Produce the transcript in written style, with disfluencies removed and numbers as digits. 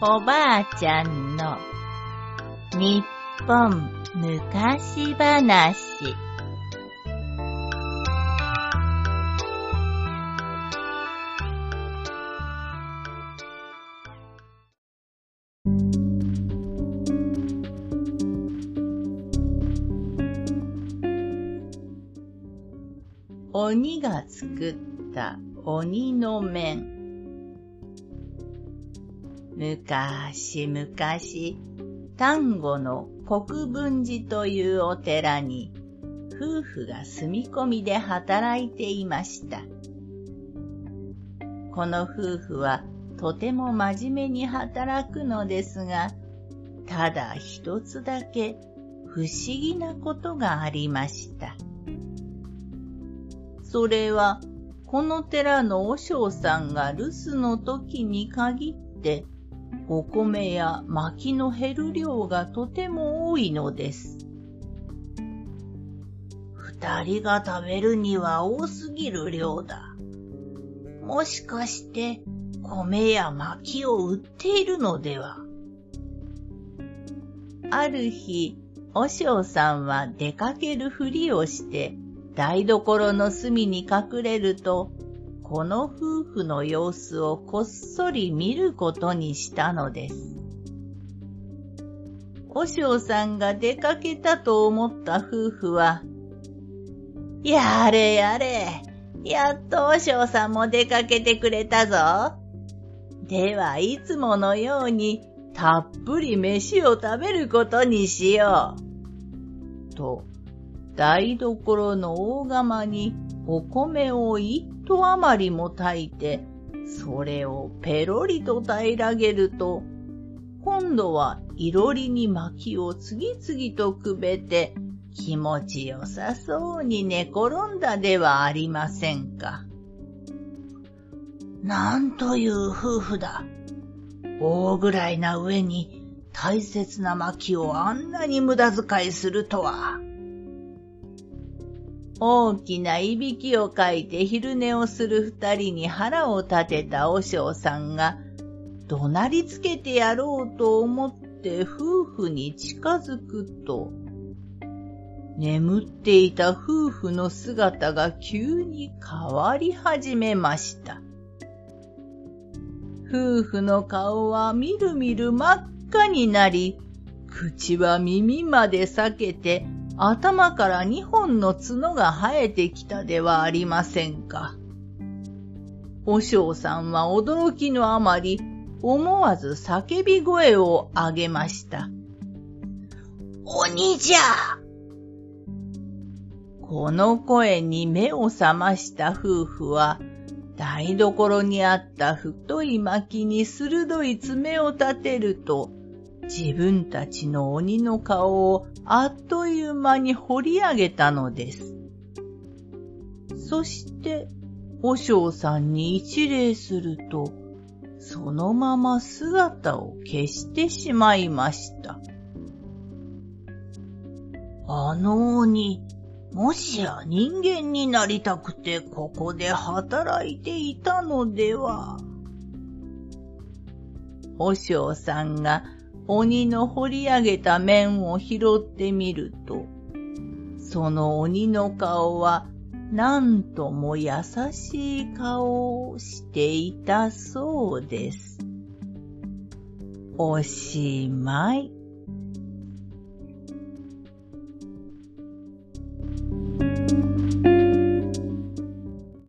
おばあちゃんの日本昔話。鬼が作った鬼の面。むかしむかし、丹後の国分寺というお寺に、夫婦が住み込みで働いていました。この夫婦はとても真面目に働くのですが、ただ一つだけ不思議なことがありました。それは、この寺の和尚さんが留守の時に限って、お米や薪の減る量がとても多いのです。二人が食べるには多すぎる量だ。もしかして米や薪を売っているのでは。ある日、和尚さんは出かけるふりをして台所の隅に隠れると、この夫婦の様子をこっそり見ることにしたのです。和尚さんが出かけたと思った夫婦は、やれやれ、やっと和尚さんも出かけてくれたぞ。ではいつものようにたっぷり飯を食べることにしよう。と、台所の大釜にお米を一斗余りも炊いて、それをペロリと平らげると、今度はいろりに薪を次々とくべて、気持ちよさそうに寝転んだではありませんか。なんという夫婦だ。大ぐらいな上に大切な薪をあんなに無駄遣いするとは。大きないびきをかいて昼寝をする二人に腹を立てた和尚さんが、怒鳴りつけてやろうと思って夫婦に近づくと、眠っていた夫婦の姿が急に変わり始めました。夫婦の顔はみるみる真っ赤になり、口は耳まで裂けて、頭から2本の角が生えてきたではありませんか。和尚さんは驚きのあまり、思わず叫び声を上げました。鬼じゃ！この声に目を覚ました夫婦は、台所にあった太い薪に鋭い爪を立てると、自分たちの鬼の顔をあっという間に掘り上げたのです。そして、和尚さんに一礼すると、そのまま姿を消してしまいました。あの鬼、もしや人間になりたくてここで働いていたのでは。和尚さんが鬼の掘り上げた面を拾ってみると、その鬼の顔はなんとも優しい顔をしていたそうです。おしまい。